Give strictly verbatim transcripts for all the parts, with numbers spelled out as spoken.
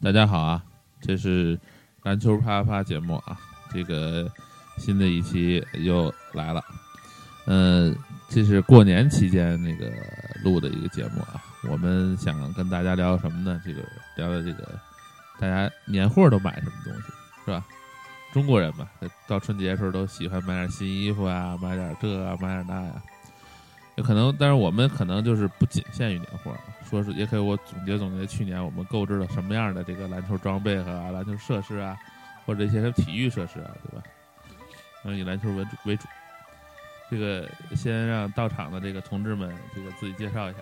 大家好啊，这是篮球啪啪节目啊，这个新的一期又来了。嗯、呃，这是过年期间那个录的一个节目啊，我们想跟大家聊什么呢？这个聊聊这个大家年货都买什么东西，是吧？中国人嘛，到春节的时候都喜欢买点新衣服啊，买点这啊，买点那呀、啊。有可能，但是我们可能就是不仅限于年货，说是也可以我总结总结去年我们购置了什么样的这个篮球装备和篮球设施啊，或者一些体育设施啊，对吧？嗯，以篮球为主为主。这个先让到场的这个同志们这个自己介绍一下。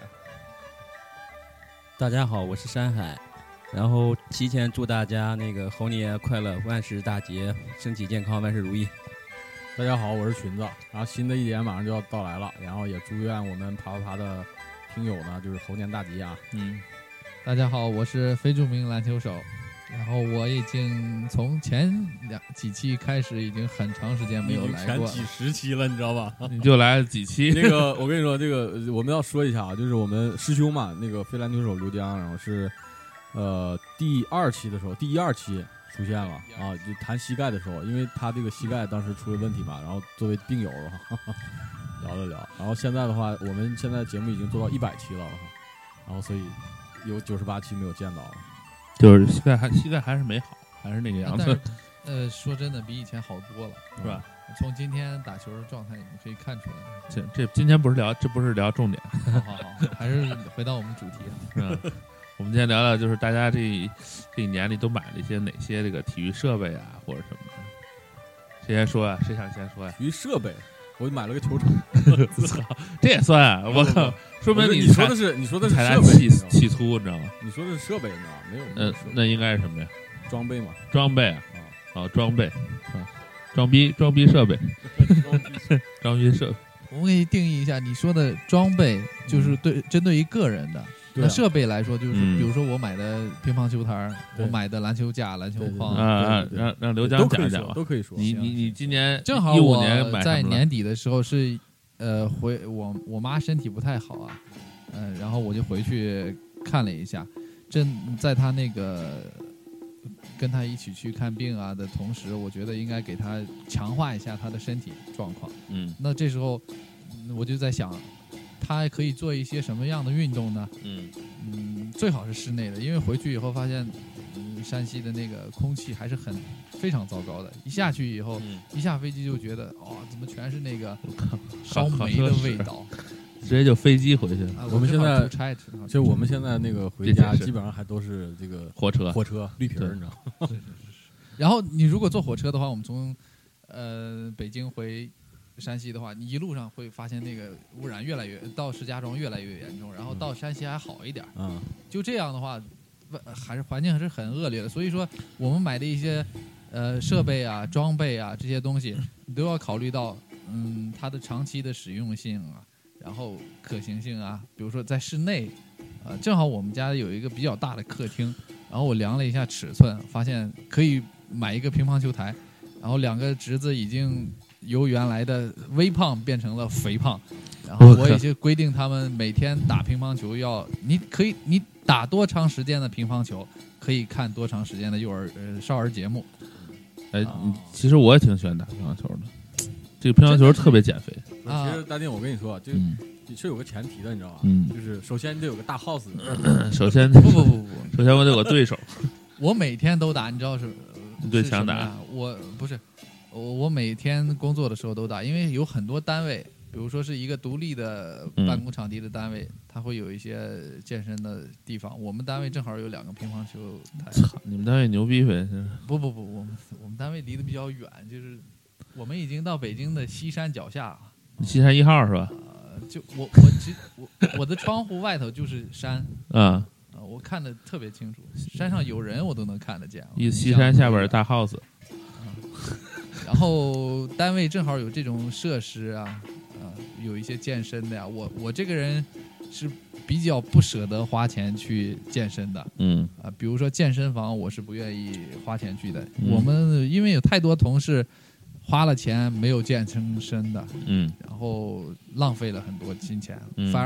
大家好，我是山海，然后提前祝大家那个猴年快乐，万事大吉，身体健康，万事如意。 大家好，我是裙子。然后新的一年马上就要到来了，然后也祝愿我们爬爬爬的听友呢，就是猴年大吉啊！ 嗯， 大家好，我是非著名篮球手，然后我已经从前两几期开始，已经很长时间没有来过， 全几十期了，你知道吧？ 你就来了几期？ 那个，我跟你说，这个我们要说一下啊，就是我们师兄嘛，那个非篮球手刘江，然后是呃第二期的时候，第一二期。出现了啊！就谈膝盖的时候，因为他这个膝盖当时出了问题嘛，然后作为病友哈哈聊了聊。然后现在的话，我们现在节目已经做到一百期了，然后所以有九十八期没有见到了， 就是膝盖还膝盖还是没好，还是那个样子。 呃，说真的，比以前好多了， 是吧？ 从今天打球的状态，你们可以看出来。 这这今天不是聊，这不是聊重点。 好好好，还是回到我们主题啊。嗯我们今天聊聊，就是大家这这一年里都买了一些哪些这个体育设备啊，或者什么的。谁先说啊？谁想先说呀、啊？ 体育设备，我买了个球场。 操，这也算啊！我靠，说明你说的是你说的是设备， 气气粗，你知道吗？ 你说的是设备，你知道吗？没有。 嗯、呃，那应该是什么呀？ 装备嘛。 装备啊，啊、哦，装备啊，装逼装逼设备，装逼设备。 我们可以定义一下，你说的装备就是对、嗯、针对于个人的。那设备来说，就是、嗯、比如说我买的乒乓球台，我买的篮球架、篮球框啊，让让刘江讲讲吧， 都可以说。 你你你今年正好我在年底的时候是呃回我我妈身体不太好啊，嗯、呃，然后我就回去看了一下，正在她那个跟她一起去看病啊的同时，我觉得应该给她强化一下她的身体状况。 嗯， 那这时候我就在想。他可以做一些什么样的运动呢？ 嗯嗯，最好是室内的，因为回去以后发现，嗯，山西的那个空气还是很非常糟糕的。一下去以后， 嗯、 一下飞机就觉得，哦，怎么全是那个烧煤的味道？ 直接就飞机回去了。 啊、 我们现在出差， 其实我们现在那个回家基本上还都是这个火车， 火车绿皮儿，你知道吗？ 是是是是。然后你如果坐火车的话，我们从呃北京回。山西的话，你一路上会发现那个污染越来越到石家庄越来越严重，然后到山西还好一点。 嗯， 就这样的话，还是环境还是很恶劣的。所以说，我们买的一些呃设备啊、装备啊这些东西，你都要考虑到嗯它的长期的使用性啊，然后可行性啊。比如说在室内，呃，正好我们家有一个比较大的客厅，然后我量了一下尺寸，发现可以买一个乒乓球台，然后两个侄子已经。由原来的微胖变成了肥胖，然后我已经规定他们每天打乒乓球要，你可以你打多长时间的乒乓球，可以看多长时间的幼儿呃少儿节目。 哎，啊、其实我也挺喜欢打乒乓球的，这个乒乓球特别减肥。 其实大丁，我跟你说，这个嗯、 是有个前提的，你知道吧？ 嗯， 就是首先你得有个大 house。 首先不不不不， 首先我得有个对手。 我每天都打，你知道是？ 对墙打。 我不是。我我每天工作的时候都打，因为有很多单位，比如说是一个独立的办公场地的单位，嗯、它会有一些健身的地方。我们单位正好有两个乒乓球台。 操，你们单位牛逼呗？ 不不不，我们我们单位离得比较远，就是我们已经到北京的西山脚下。 西山一号是吧？ 呃，就我我只我我的窗户外头就是山。 啊。 啊，我看得特别清楚，山上有人我都能看得见。 一西山下边大 house。 然后单位正好有这种设施啊，啊，有一些健身的呀。我我这个人是比较不舍得花钱去健身的， 嗯啊，比如说健身房，我是不愿意花钱去的。 嗯、 我们因为有太多同事花了钱没有健身的， 嗯， 然后浪费了很多金钱， 嗯、 反而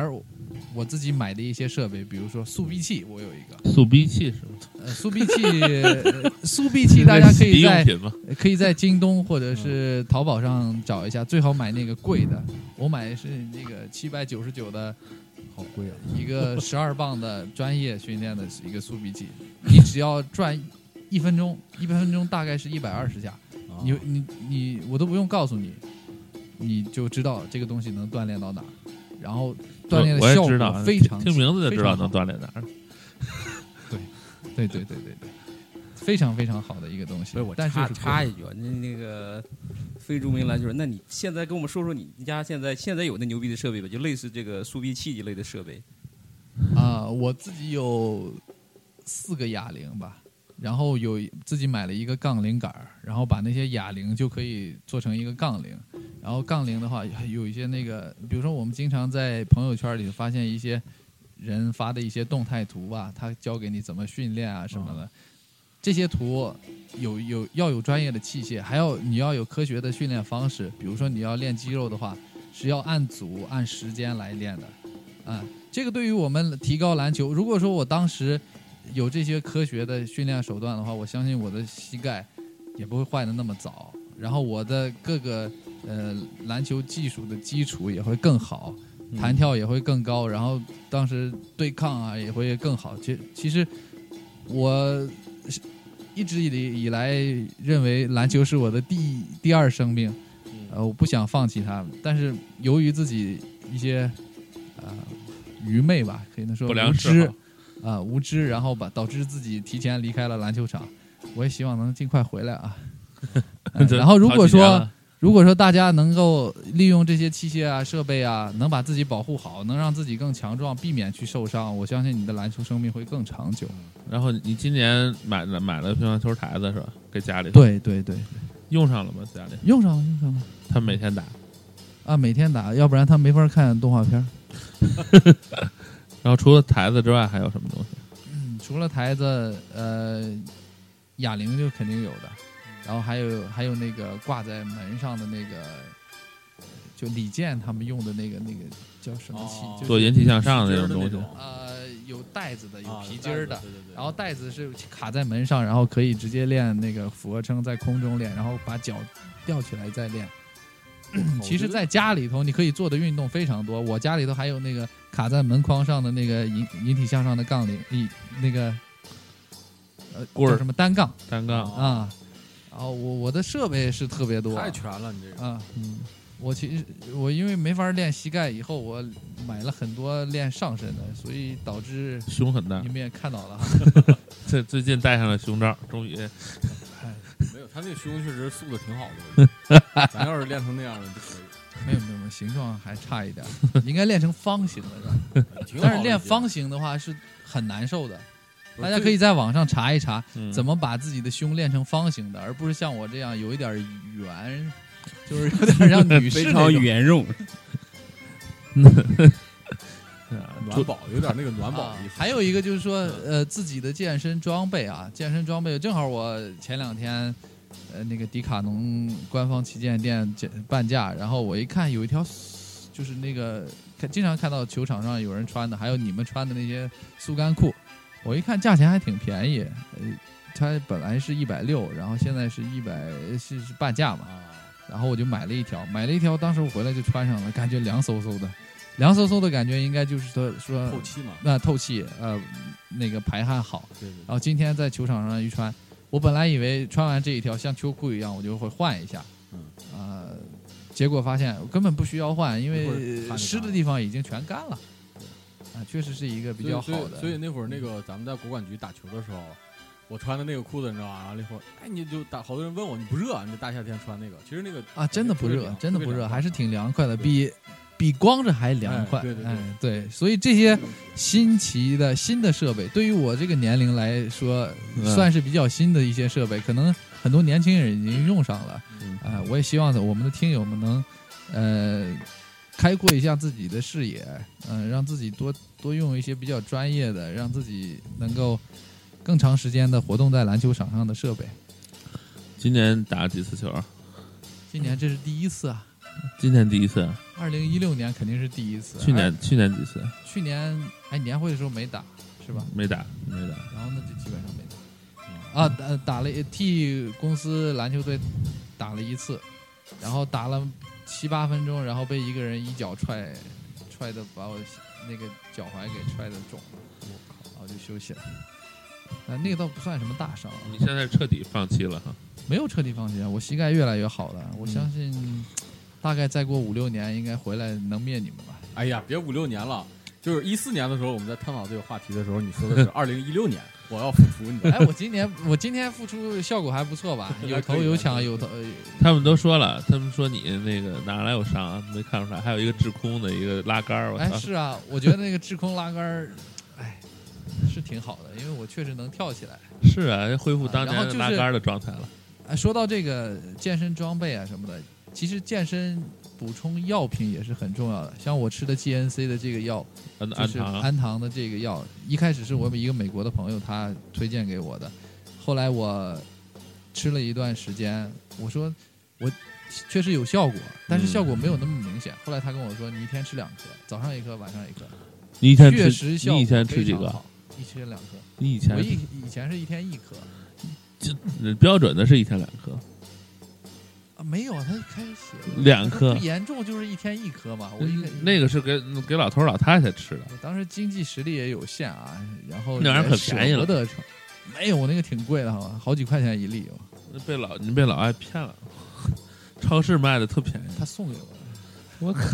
我自己买的一些设备，比如说速逼器，我有一个速逼器是吗？ 呃，速逼器，呃速逼器大家可以在洗用品吗？ 可以在京东或者是淘宝上找一下，最好买那个贵的。我买的是那个七百九十九的， 好贵啊！ 一个十二磅的专业训练的一个速逼器，你只要转一分钟，一分钟大概是一百二十下， 啊你你你我都不用告诉你，你就知道这个东西能锻炼到哪，然后锻炼的效我也知道果非常， 听名字就知道能非常好锻炼哪儿。 对对对对对，非常非常好的一个东西。 不是我但是插是插一句啊，那那个非著名篮球人，那你现在跟我们说说你家现在现在有那牛逼的设备吧？就类似这个速逼器一类的设备。 啊、我自己有四个哑铃吧，然后有自己买了一个杠铃杆儿，然后把那些哑铃就可以做成一个杠铃。然后杠铃的话，有一些那个，比如说我们经常在朋友圈里发现一些人发的一些动态图啊，他教给你怎么训练啊什么的。这些图有有要有专业的器械，还要你要有科学的训练方式。比如说你要练肌肉的话，是要按组按时间来练的，啊、这个对于我们提高篮球，如果说我当时有这些科学的训练手段的话，我相信我的膝盖也不会坏的那么早，然后我的各个呃篮球技术的基础也会更好，弹跳也会更高，然后当时对抗啊也会更好。其其实我一直以以来认为篮球是我的第第二生命，呃，我不想放弃它，但是由于自己一些呃愚昧吧，可以能说不良无知嗜好啊、无知，然后把导致自己提前离开了篮球场。我也希望能尽快回来啊。呃这然后如果好几年说了如果说大家能够利用这些器械啊、设备啊，能把自己保护好，能让自己更强壮，避免去受伤，我相信你的篮球生命会更长久。 然后你今年买了买了乒乓球台子是吧？给家里对对对， 用上了吗？家里用上了用上了他每天打， 啊，每天打，要不然他没法看动画片。 然后除了台子之外还有什么东西？ 嗯，除了台子，呃，哑铃就肯定有的，然后还有还有那个挂在门上的那个，就李健他们用的那个那个叫什么器？ 哦就是做引体向上的那种东西皮筋儿的那种。 呃，有带子的，有啊皮筋儿的， 对对对， 然后带子是卡在门上，然后可以直接练那个俯卧撑，在空中练，然后把脚吊起来再练。其实，在家里头你可以做的运动非常多。我家里头还有那个卡在门框上的那个引引体向上的杠铃，一那个呃棍儿叫什么单杠单杠哦啊。然后我我的设备是特别多， 太全了，你这个啊。嗯，我其实我因为没法练膝盖，以后我买了很多练上身的，所以导致胸很大你，们也看到了哈。 这最近戴上了胸罩，终于没有，他那个胸确实塑的挺好的，咱要是练成那样的就可以。 没有没有没有，形状还差一点，应该练成方形的是吧？ 挺好的但是练方形的话是很难受的， 不是大家可以在网上查一查， 嗯怎么把自己的胸练成方形的，而不是像我这样有一点圆，就是有点像女士非常那种。 圆润。 暖宝有点那个暖宝啊的意思。 还有一个就是说，呃，自己的健身装备啊，健身装备，正好我前两天，呃，那个迪卡侬官方旗舰店减半价，然后我一看有一条，就是那个看经常看到球场上有人穿的，还有你们穿的那些速干裤，我一看价钱还挺便宜，呃，它本来是一百六，然后现在是一百是是半价嘛， 啊， 然后我就买了一条，买了一条，当时我回来就穿上了，感觉凉飕飕的，凉飕飕的感觉应该就是说说透气嘛， 那透气，呃，那个排汗好。 对对然后今天在球场上一穿，我本来以为穿完这一条像秋裤一样，我就会换一下， 嗯， 呃，结果发现我根本不需要换，因一会儿为看就湿的地方已经全干了。啊，确实是一个比较好的。 所以所以所以那会儿那个咱们在国管局打球的时候，我穿的那个裤子你知道吧？然后那会儿，哎，你就打，好多人问我你不热啊？你这大夏天穿那个，其实那个啊，真的不热，真的不热，还是挺凉快的， 对比比光着还凉快。 哎对对对哎对，所以这些新奇的新的设备，对于我这个年龄来说， 嗯算是比较新的一些设备，可能很多年轻人已经用上了。 嗯啊、我也希望我们的听友们能，呃，开阔一下自己的视野，嗯、让自己多多用一些比较专业的，让自己能够更长时间的活动在篮球场上的设备。 今年打了几次球？ 今年这是第一次啊， 今年第一次， 二零一六年肯定是第一次， 去年、 哎、 去年几次？ 去年哎年会的时候没打是吧？ 没打，没打。 然后那就基本上没打。啊，打打了替公司篮球队打了一次，然后打了七八分钟，然后被一个人一脚踹，踹的把我那个脚踝给踹的肿了，我靠，然后就休息了。呃，那个倒不算什么大伤、啊。 你现在彻底放弃了哈？ 没有彻底放弃啊，我膝盖越来越好了，我相信、嗯、大概再过五六年应该回来能灭你们吧。 哎呀，别五六年了。就是一四年的时候，我们在探讨这个话题的时候，你说的是二零一六年，我要复出。你哎，我今年我今天复出效果还不错吧？有头有抢有头。 他们都说了，他们说你那个哪来有伤，没看出来，还有一个滞空的一个拉杆。我操！ 哎，是啊，我觉得那个滞空拉杆，哎，是挺好的，因为我确实能跳起来。 是啊，恢复当年拉杆的状态了。 哎、就是，说到这个健身装备啊什么的，其实健身补充药品也是很重要的，像我吃的 G N C 的这个药，就是安糖的这个药，一开始是我一个美国的朋友他推荐给我的，后来我吃了一段时间，我说我确实有效果，但是效果没有那么明显。嗯、后来他跟我说，你一天吃两颗，早上一颗，晚上一颗。 你一天确实效果你以前吃几个？ 一天两颗。 你以前我以以前是一天一颗， 就标准的是一天两颗。 没有，他开始写两颗， 不严重就是一天一颗嘛。我应该那个是给给老头老太太吃的。 当时经济实力也有限啊，然后那玩意儿可便宜了。 没有，我那个挺贵的，好吧，好几块钱一粒。 被老你被老爱骗了，超市卖的特便宜， 他送给我的。 我靠！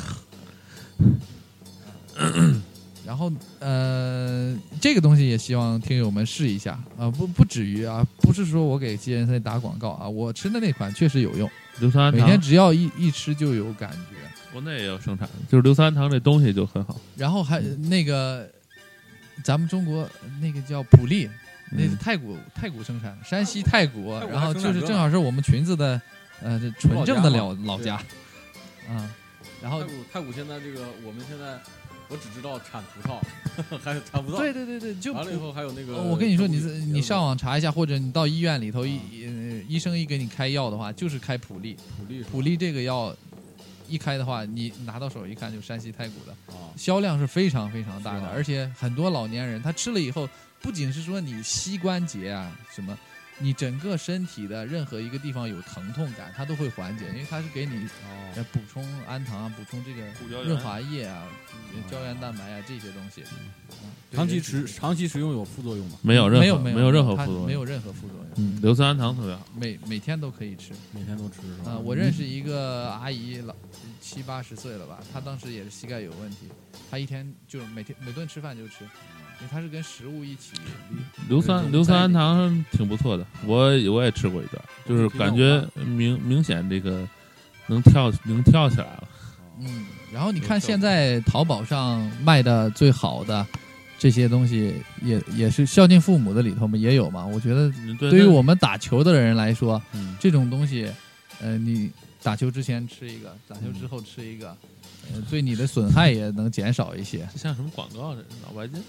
然后呃，这个东西也希望听友们试一下啊，不不至于啊，不是说我给 G N C 打广告啊，我吃的那款确实有用。 硫酸每天只要一一吃就有感觉。 国内也有生产，就是硫酸糖这东西就很好。 然后还那个咱们中国那个叫普利，那是太谷太谷生产，山西太谷，然后就是正好是我们裙子的呃这纯正的老老家啊。然后太谷太谷现在这个我们现在我只知道产葡萄，还有产葡萄。 对对对对，就完了以后还有那个。 我跟你说，你你上网查一下，或者你到医院里头，医、呃、医生一给你开药的话，就是开普利。 普利普利这个药一开的话，你拿到手一看就山西太谷的， 啊、 销量是非常非常大的，而且很多老年人他吃了以后，不仅是说你膝关节啊什么。你整个身体的任何一个地方有疼痛感，它都会缓解，因为它是给你呃补充氨糖啊，补充这个润滑液啊、胶原蛋白啊这些东西。 嗯、长期吃长期食用有副作用吗？ 没有任何没有没有没有任何副作用， 没有任何副作用。 嗯，硫酸氨糖特别好， 每每天都可以吃， 每天都吃是吧？ 啊、呃，我认识一个阿姨，老七八十岁了吧，她当时也是膝盖有问题，她一天就每天每顿吃饭就吃。因为它是跟食物一起， 硫酸硫酸氨糖挺不错的，我我也吃过一段，就是感觉明明显这个能跳能跳起来了。 嗯，然后你看现在淘宝上卖的最好的这些东西也，也也是孝敬父母的里头嘛也有嘛。我觉得对于我们打球的人来说， 嗯、 这种东西，呃，你打球之前吃一个，打球之后吃一个。呃，对你的损害也能减少一些。 这像什么广告呢？脑白金，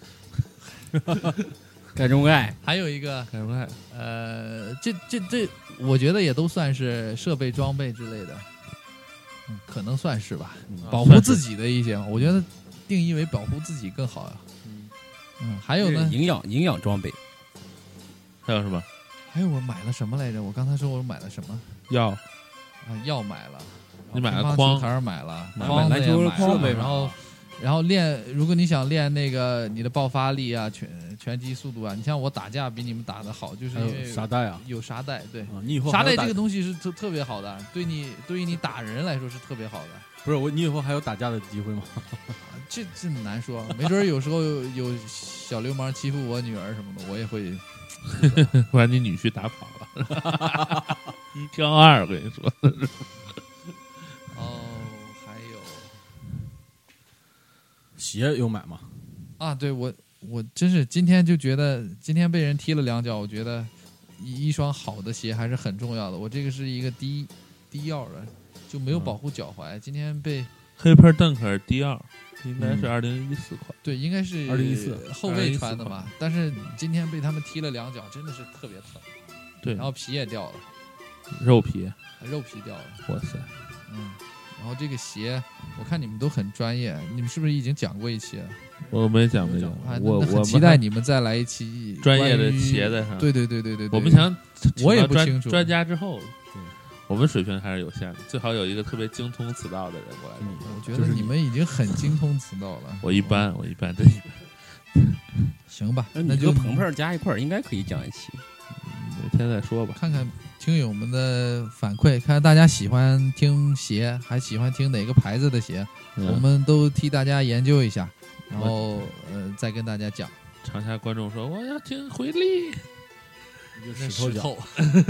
钙中钙， 还有一个钙中钙。 呃，这这这，我觉得也都算是设备装备之类的，嗯，可能算是吧。 嗯、 保护自己的一些，我觉得定义为保护自己更好呀、啊。 嗯嗯，还有呢， 营养营养装备， 还有什么？ 还有我买了什么来着？我刚才说我买了什么药啊？药买了。 你买了筐台买了， 买篮球筐呗， 然后，然后练，如果你想练那个你的爆发力啊、拳拳击速度啊，你像我打架比你们打得好，就是因为沙袋啊， 有沙袋，对， 啊、你以后沙袋这个东西是特特别好的，对你对于你打人来说是特别好的。 不是我，你以后还有打架的机会吗？ 这这难说，没准有时候有, 有小流氓欺负我女儿什么的，我也会， 不然你女婿打跑了，一挑二，我跟你说。 哦，还有鞋有买吗？ 啊，对我我真是今天就觉得今天被人踢了两脚，我觉得一一双好的鞋还是很重要的。我这个是一个低低腰的，就没有保护脚踝。嗯、今天被黑ፐ邓克尔低腰，应该是二零一四款， 对，应该是二零一四后卫穿的嘛。但是今天被他们踢了两脚，真的是特别疼。 对， 然后皮也掉了， 肉皮， 肉皮掉了。 哇塞！ 嗯，然后这个鞋，我看你们都很专业，你们是不是已经讲过一期了？ 我没讲没讲， 啊， 我我那很期待你们再来一期专业的关于鞋的上。 对对对对对对， 我们想我也不专清楚专家之后，我们水平还是有限的，最好有一个特别精通此道的人过来。 我觉得你们已经很精通此道了。 我一般，我一般，真一般。 行吧， 那那就你和鹏鹏加一块儿应该可以讲一期。 哪天再说吧。 看看听友们的反馈，看看大家喜欢听鞋，还喜欢听哪个牌子的鞋， 嗯、 我们都替大家研究一下，然后呃再跟大家讲。 场下观众说我要听回力， 就石头脚。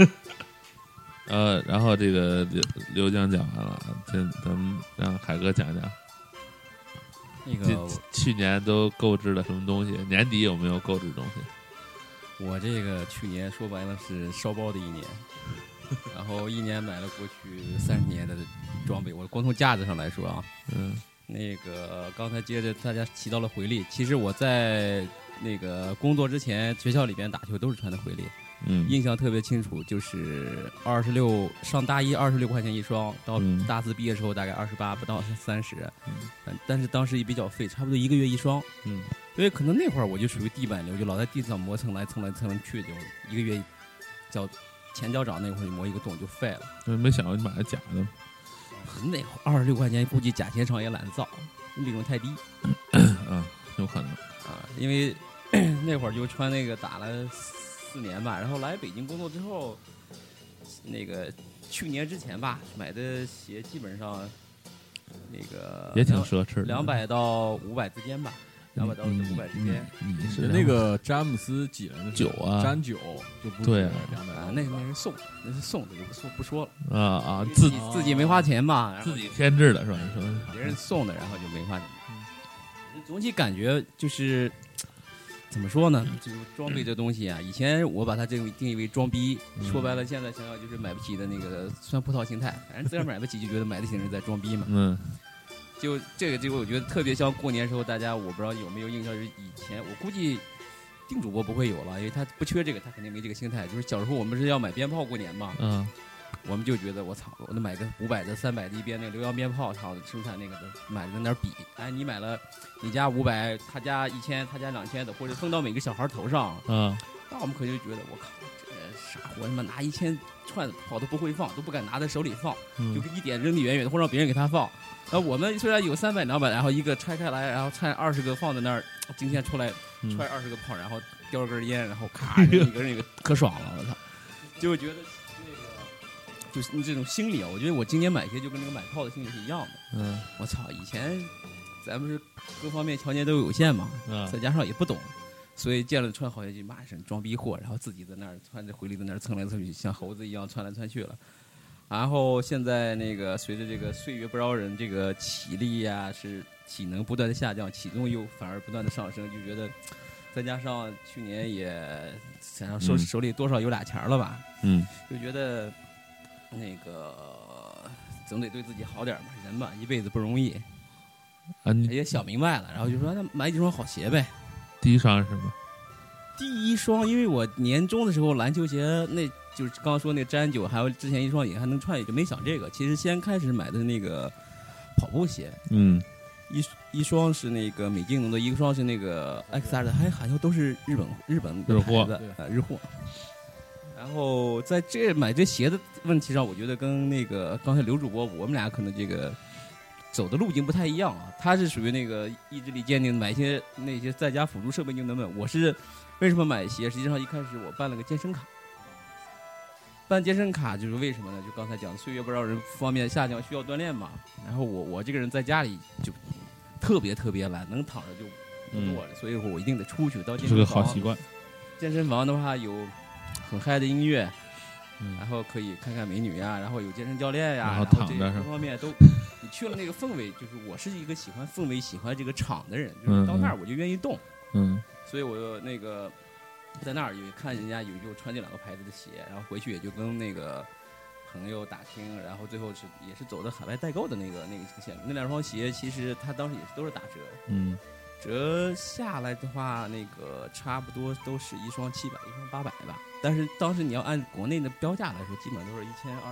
呃，然后这个刘刘江讲完了，现咱们让海哥讲讲。 那个去年都购置了什么东西？年底有没有购置东西？ 我这个去年说白了是烧包的一年，然后一年买了过去三十年的装备。我光从架子上来说啊， 嗯， 那个刚才接着大家提到了回力，其实我在那个工作之前，学校里边打球都是穿的回力。 嗯， 印象特别清楚，就是二十六上大一二十六块钱一双，到大四毕业之后大概二十八不到三十，嗯，但是当时也比较费，差不多一个月一双， 嗯， 因为可能那会儿我就属于地板流，就老在地上磨蹭来蹭来蹭去，就一个月脚前脚掌那会儿磨一个洞就废了。 没想到你买的假的， 那二十六块钱估计假鞋厂也懒得造，利润太低， 啊，有可能啊，因为那会儿就穿那个打了四年吧，然后来北京工作之后，那个去年之前吧，买的鞋基本上那个也挺奢侈的， 两百到五百之间吧，两百到五百之间。 你是那个詹姆斯几人的九啊， 詹九就不对啊， 两百啊，那那是送，那是送的，就不说不说了啊啊， 自己自己没花钱嘛， 自己添置的是吧？你说别人送的，然后就没花钱。总体感觉就是。怎么说呢？就是装备这东西啊，以前我把它定义定义为装逼，说白了，现在想想就是买不起的那个酸葡萄心态。反正自个儿买不起，就觉得买得起的人在装逼嘛。 嗯， 就这个，这个我觉得特别像过年时候，大家我不知道有没有印象，就是以前我估计定主播不会有了，因为他不缺这个，他肯定没这个心态。就是小时候我们是要买鞭炮过年嘛， 嗯。 我们就觉得我操，我得买个五百的、三百的一边那个浏阳鞭炮，操，生产那个的，买的在那儿比。哎，你买了，你家五百，他家一千，他家两千的，或者送到每个小孩头上， 嗯， 那我们可就觉得我靠，这傻货，他妈拿一千串炮都不会放，都不敢拿在手里放， 嗯、 就是一点扔得远远的，或让别人给他放。那我们虽然有三百、两百，然后一个拆开来，然后串二十个放在那儿，今天出来揣二十个炮，然后叼根烟，然后咔扔一个扔一个，可爽了，我操，就觉得。就是这种心理啊，我觉得我今年买鞋就跟那个买炮的心理是一样的。 嗯， 我操，以前咱们是各方面条件都有限嘛， 嗯， 再加上也不懂，所以见了穿好鞋就骂一声装逼货，然后自己在那儿穿着回力在那儿蹭来蹭去，像猴子一样窜来窜去了。然后现在那个随着这个岁月不饶人，这个体力呀、啊、是体能不断的下降，体重又反而不断的上升，就觉得再加上去年也想要手、嗯、手里多少有俩钱了吧， 嗯， 就觉得。那个总得对自己好点嘛，人嘛一辈子不容易， 啊，你也想明白了，然后就说那买几双好鞋呗。 第一双是什么？ 第一双，因为我年终的时候篮球鞋，那就是刚刚说那詹九，还有之前一双也还能穿，也就没想这个。其实先开始买的那个跑步鞋， 嗯， 一一双是那个美津浓的，一双是那个 X R 的，还好像都是日本日本日货的呃日货。然后在这买这鞋的问题上，我觉得跟那个刚才刘主播我们俩可能这个走的路径不太一样啊。他是属于那个意志力坚定，买一些那些在家辅助设备就能买。我是为什么买鞋？实际上一开始我办了个健身卡，办健身卡就是为什么呢？就刚才讲的岁月不饶人，方面下降需要锻炼嘛。然后我我这个人在家里就特别特别懒，能躺着就不做了，嗯、所以我一定得出去到健身房。 是个好习惯。 健身房的话有。很嗨的音乐，嗯，然后可以看看美女呀，然后有健身教练呀， 然后躺着， 各方面都，你去了那个氛围，就是我是一个喜欢氛围、喜欢这个场的人，就是到那儿我就愿意动， 嗯， 所以我就那个在那儿也看人家有就穿这两个牌子的鞋，然后回去也就跟那个朋友打听，然后最后是也是走的海外代购的那个那个线路，那两双鞋其实他当时也是都是打折， 嗯。 折下来的话，那个差不多都是一双七百，一双八百吧。但是当时你要按国内的标价来说，基本上都是一千二、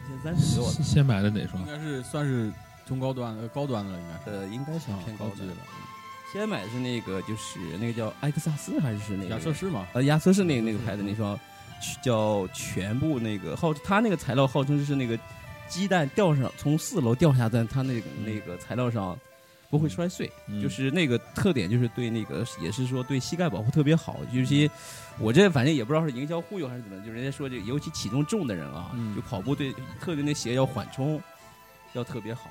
千三十多， 先买的哪双应？该是算是中高端呃高端的了，应该是呃，应该算偏高的高级的了。 先买的是那个，就是那个叫埃克萨斯还是那个亚瑟士嘛， 呃亚瑟士那个那个牌子那双，叫全部那个号，它那个材料号称是那个鸡蛋掉上从四楼掉下在它那个那个材料上不会摔碎， 嗯就是那个特点就是对那个也是说对膝盖保护特别好，尤其我这反正也不知道是营销忽悠还是怎么，就人家说这个尤其体重重的人啊， 嗯就跑步对特别那鞋要缓冲，要特别好。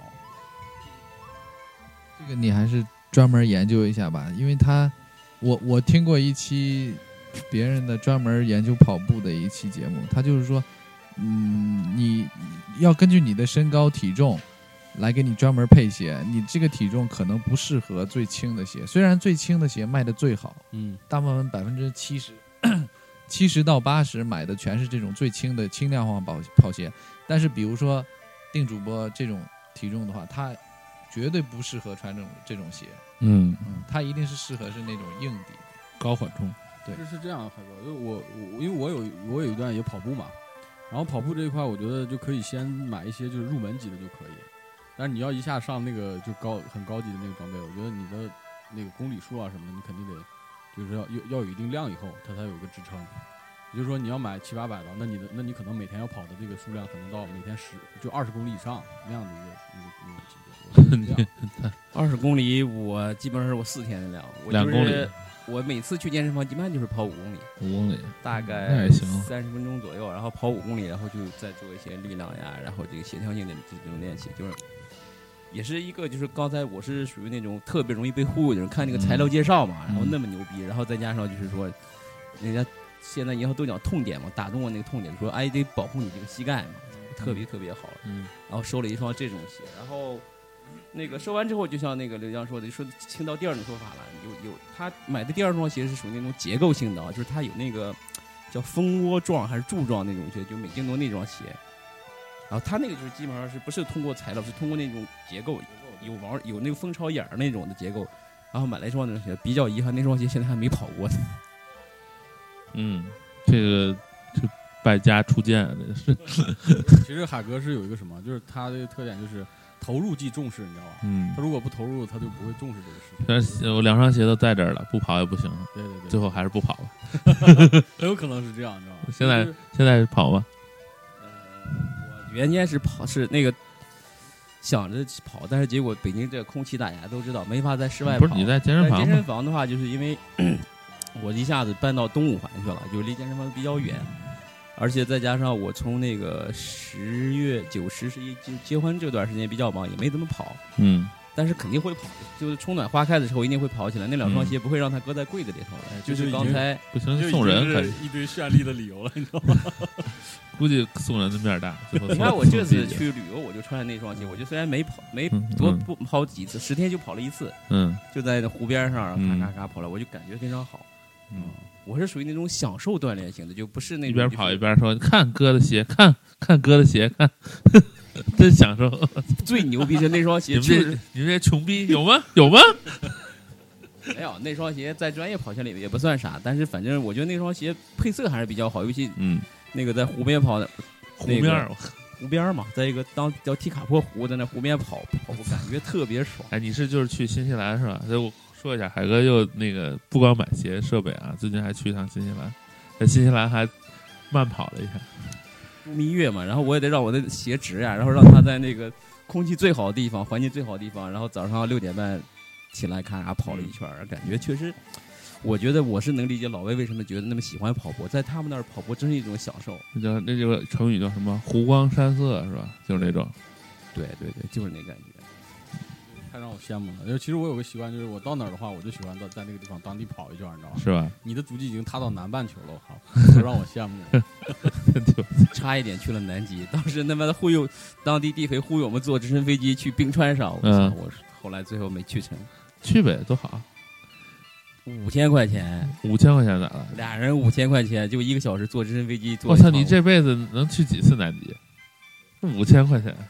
这个你还是专门研究一下吧，因为他，我我听过一期别人的专门研究跑步的一期节目，他就是说，嗯，你要根据你的身高体重来给你专门配鞋，你这个体重可能不适合最轻的鞋，虽然最轻的鞋卖的最好， 嗯， 大部分百分之七十，七十到八十买的全是这种最轻的轻量化跑跑鞋，但是比如说定主播这种体重的话，他绝对不适合穿这种这种鞋， 嗯， 嗯，它一定是适合是那种硬底。 高缓冲。 对是是这样，海哥，就我我因为我有我有一段也跑步嘛，然后跑步这一块，我觉得就可以先买一些就是入门级的就可以，但是你要一下上那个就高很高级的那个装备，我觉得你的那个公里数啊什么的，你肯定得就是要要要有一定量以后，它才有一个支撑。也就是说，你要买七八百的，那你的那你可能每天要跑的这个数量可能到每天十就二十公里以上那样的一个一个一个级别。我觉得是这样二十公里，我基本上是我四天的量，我两公里。 我每次去健身房，一般就是跑五公里， 五公里， 大概那也行三十分钟左右，然后跑五公里，然后就再做一些力量呀，然后这个协调性的这种练习，就是也是一个就是刚才我是属于那种特别容易被忽悠的人，看那个材料介绍嘛， 嗯、 然后那么牛逼，然后再加上就是说，人家现在以后都讲痛点嘛，打动我那个痛点，说哎得保护你这个膝盖嘛，特别特别好， 嗯， 然后收了一双这种鞋，然后。那个收完之后，就像那个刘江说的，说听到第二种说法了。有有，他买的第二双鞋是属于那种结构性的啊，就是它有那个叫蜂窝状还是柱状那种鞋，就美津浓那双鞋。然后它那个就是基本上是不是通过材料，是通过那种结构，有毛有那个蜂巢眼儿那种的结构。然后买了一双那双鞋，比较遗憾，那双鞋现在还没跑过呢。 嗯，这个就败家出剑，这个是。 其实海哥是有一个什么，就是他的特点就是投入即重视，你知道吧？ 嗯， 他如果不投入，他就不会重视这个事情。 但是我两双鞋都在这儿了，不跑也不行。 对对对， 最后还是不跑了。 很有可能是这样，你知道吗？ 现在、就是、现在跑吗？ 呃，我原先是跑是那个想着跑，但是结果北京这空气大家都知道，没法在室外跑。 不是你在健身房吗？ 健身房的话，就是因为我一下子搬到东五环去了，就离健身房比较远。而且再加上我从那个十月九十十一就结婚这段时间比较忙，也没怎么跑。 嗯， 但是肯定会跑，就是春暖花开的时候一定会跑起来。那两双鞋不会让它搁在柜子里头的，嗯、就是刚才不行送人， 可一堆绚丽的理由了，你知道吗？ 估计送人的面大。 你看我这次去旅游，我就穿那双鞋，我就虽然没跑，没多不跑几次，十天就跑了一次。嗯，就在那湖边上，咔咔咔跑了，我就感觉非常好。嗯。我是属于那种享受锻炼型的，就不是那种一边跑一边说：“看哥的鞋，看看哥的鞋，看，真享受。” 最牛逼是那双鞋，就是你们这些穷逼有吗？有吗？ 没有，那双鞋在专业跑鞋里面也不算啥，但是反正我觉得那双鞋配色还是比较好，尤其嗯，那个在湖边跑的， 湖边湖边嘛，在一个当叫提卡坡湖，在那湖边跑跑步，感觉特别爽。 哎，你是就是去新西兰是吧？所以我。说一下，海哥又那个不光买鞋设备啊，最近还去一趟新西兰，在新西兰还慢跑了一下， 度蜜月嘛，然后我也得让我的鞋直呀，然后让他在那个空气最好的地方、环境最好的地方，然后早上六点半起来看啊跑了一圈，感觉确实，我觉得我是能理解老魏为什么觉得那么喜欢跑步，在他们那儿跑步真是一种享受。 那叫那这个成语叫什么？湖光山色是吧？就是那种， 对对对，就是那感觉。 太让我羡慕了，就其实我有个习惯，就是我到哪儿的话，我就喜欢到在那个地方当地跑一圈，你知道吗？ 是吧？ 你的足迹已经踏到南半球了，我靠，都让我羡慕了。 差一点去了南极，当时他妈的忽悠当地地陪忽悠我们坐直升飞机去冰川上，我操！嗯、我后来最后没去成。 去呗，多好。 五千块钱， 五千块钱咋了？ 俩人五千块钱，就一个小时坐直升飞机坐。 我操！你这辈子能去几次南极？五千块钱。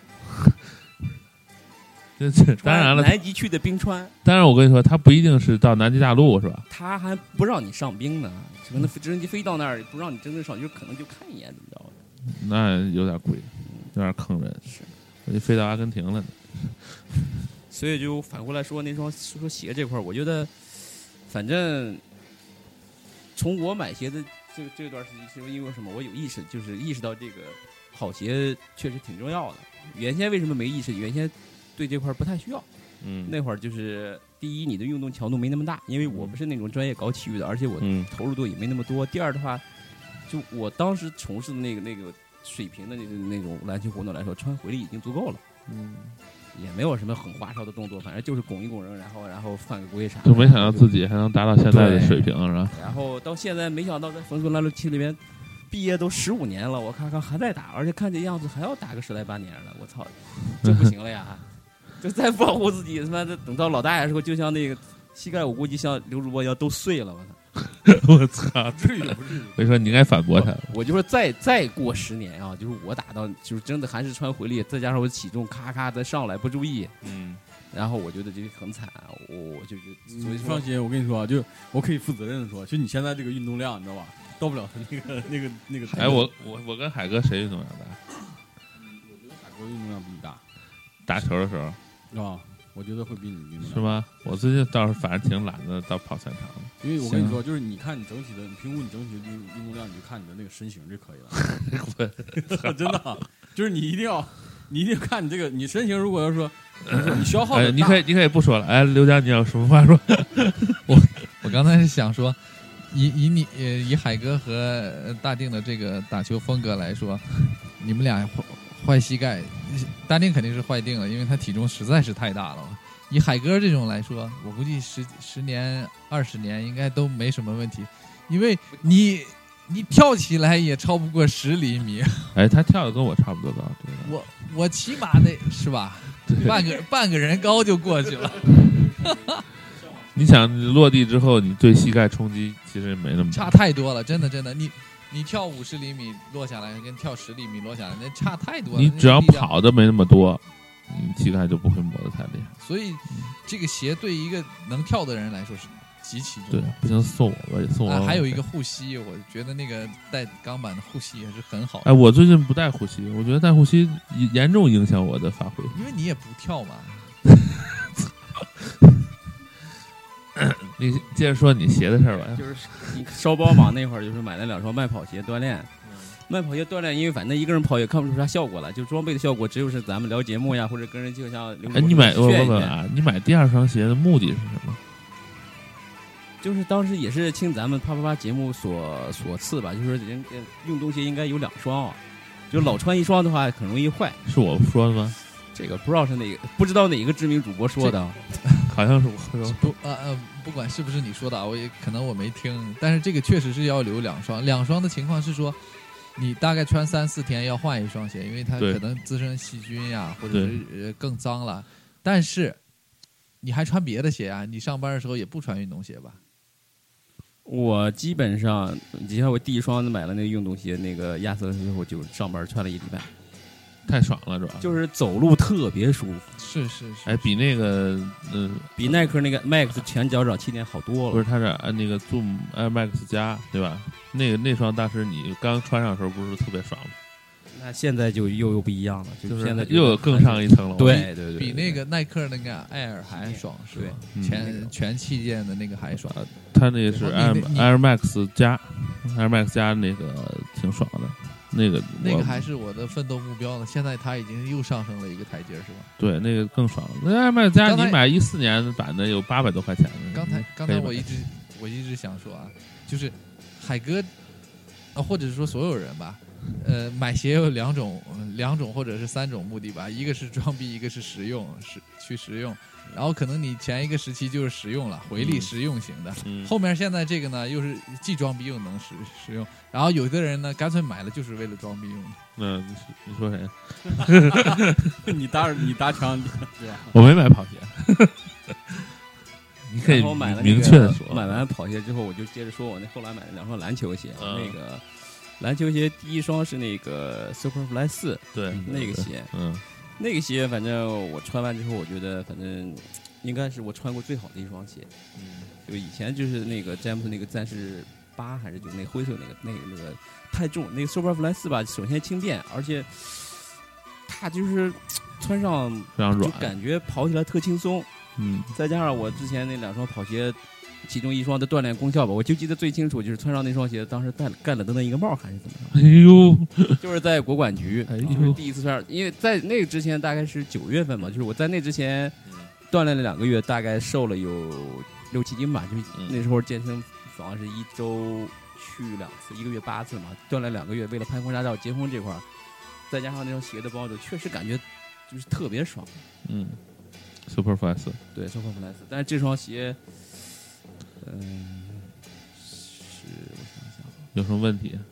当然了， 南极去的冰川。 当然，我跟你说，他不一定是到南极大陆，是吧？ 他还不让你上冰呢，可能直升机飞到那儿不让你真正上，就可能就看一眼，怎么着的？ 那有点贵。 嗯， 有点坑人。 是， 我就飞到阿根廷了呢。 所以就反过来说，那双说鞋这块儿，我觉得，反正从我买鞋的这个这段时间，是因为什么？我有意识，就是意识到这个好鞋确实挺重要的。原先为什么没意识？原先对这块儿不太需要。 嗯， 那会儿就是第一，你的运动强度没那么大，因为我不是那种专业搞体育的，而且我嗯投入度也没那么多。第二的话，就我当时从事的那个那个水平的那那种篮球活动来说，穿回力已经足够了。 嗯， 也没有什么很花哨的动作，反正就是拱一拱人，然后然后犯个规啥的。 就没想到自己还能达到现在的水平，是吧？ 然后到现在，没想到在冯孙篮球区里边，毕业都十五年了，我看看还在打，而且看这样子还要打个十来八年了，我操，这不行了呀！就再不保护自己，他妈的等到老大爷的时候，就像那个膝盖，我估计像刘主播一样都碎了，我操！ 我操， 至于不至于？ 所以说你应该反驳他。 我就说再再过十年啊，就是我打到就是真的还是穿回力，再加上我体重咔咔的上来不注意， 嗯， 然后我觉得这个很惨，我我就就所以说你放心，我跟你说，就我可以负责任的说，就你现在这个运动量，你知道吧，到不了他那个那个那个。 哎，我我我跟海哥谁运动量大？ 我觉得海哥运动量比你大。 打球的时候啊，我觉得会比你运动量是吗？我最近倒是反正挺懒得到跑赛场的， 因为我跟你说，就是你看你整体的，你评估你整体的运运动量，你就看你的那个身形就可以了。真的，就是你一定要，你一定看你这个，你身形如果要说，你消耗的、 哎，你可以你可以不说了。哎，刘佳，你有什么话说？ 我我刚才是想说，以以你呃以海哥和大定的这个打球风格来说，你们俩坏坏膝盖，大定肯定是坏定了，因为他体重实在是太大了。以海哥这种来说，我估计十十年、二十年应该都没什么问题，因为你你跳起来也超不过十厘米。 哎，他跳的跟我差不多高，对吧？ 我我起码得是吧，半个半个人高就过去了。 你想你落地之后，你对膝盖冲击其实没那么大差太多了，真的真的，你你跳五十厘米落下来，跟跳十厘米落下来，那差太多了。 你只要跑的没那么多，你膝盖就不会磨得太厉害。 所以，这个鞋对一个能跳的人来说是极其重要。 对，不行送我吧，送我、 啊。还有一个护膝，我觉得那个带钢板的护膝也是很好的。 哎，我最近不带护膝，我觉得带护膝严重影响我的发挥。 因为你也不跳嘛。 你接着说你鞋的事儿吧。 就是你烧包嘛，那会儿就是买了两双慢跑鞋锻炼。慢跑鞋锻炼，因为反正一个人跑也看不出啥效果了，就装备的效果只有是咱们聊节目呀，或者跟人就像刘哎，你买我问问啊，你买第二双鞋的目的是什么？ 就是当时也是听咱们啪啪啪节目所所赐吧，就是人运动鞋应该有两双啊，就老穿一双的话很容易坏。 是我说的吗？ 这个不知道是哪个，不知道哪个知名主播说的， 好像是我说。 不呃呃，不管是不是你说的，我也可能我没听，但是这个确实是要留两双。两双的情况是说，你大概穿三四天要换一双鞋，因为它可能滋生细菌呀，或者是呃更脏了。但是你还穿别的鞋啊？你上班的时候也不穿运动鞋吧？ 我基本上，你像我第一双买了那个运动鞋，那个亚瑟之后就上班穿了一礼拜。 太爽了，主要就是走路特别舒服， 是是是， 哎，比那个嗯、呃， 比耐克那个 Max 全脚掌气垫好多了。 不是，它是按那个 Zoom Air Max 加，对吧？那个那双当时你刚穿上的时候不是特别爽吗？ 那现在就又又不一样了， 就是现在又有更上一层了。 对对对， 比那个耐克那个 Air 还爽，是吧？ 嗯、 全全气垫的那个还爽。 它那个是 Air Air Max 加 Air Max 加那个挺爽的。那个那个还是我的奋斗目标呢，现在它已经又上升了一个台阶，是吧？ 对，那个更爽。那 Air Max 加你买一四年版的有八百多块钱。 刚才刚才我一直我一直想说啊，就是海哥啊，或者是说所有人吧，呃，买鞋有两种两种或者是三种目的吧，一个是装逼，一个是实用，是去实用。然后可能你前一个时期就是实用了，回力实用型的， 嗯、 后面现在这个呢又是既装逼又能实实用。然后有的人呢干脆买了就是为了装逼用的。 嗯，你说谁？ 你搭你搭腔对吧？ 我没买跑鞋。你可以买了明确的说， 买完跑鞋之后，我就接着说我那后来买了两双篮球鞋， 嗯、 那个篮球鞋第一双是那个 Superfly 四， 对， 那个鞋， 嗯。 那个鞋，反正我穿完之后，我觉得反正应该是我穿过最好的一双鞋。嗯，就以前就是那个詹姆斯那个战士八还是就那个灰色那个那个那个太重，那个 Superfly 四吧，首先轻便，而且它就是穿上就非常软， 感觉跑起来特轻松。 嗯， 再加上我之前那两双跑鞋，其中一双的锻炼功效吧，我就记得最清楚，就是穿上那双鞋，当时戴盖了灯的一个帽还是怎么哎呦， 着，就是在国管局， 哎就是呦， 第一次穿，因为在那个之前大概是九月份嘛，就是我在那之前锻炼了两个月，大概瘦了有六七斤吧，就是那时候健身房是一周去两次，一个月八次嘛，锻炼两个月，为了拍婚纱照、结婚这块儿，再加上那双鞋的帮助，确实感觉就是特别爽。 嗯 ，Superfly 四， 对 Superfly 四，但是这双鞋，嗯、是我想想， 有什么问题？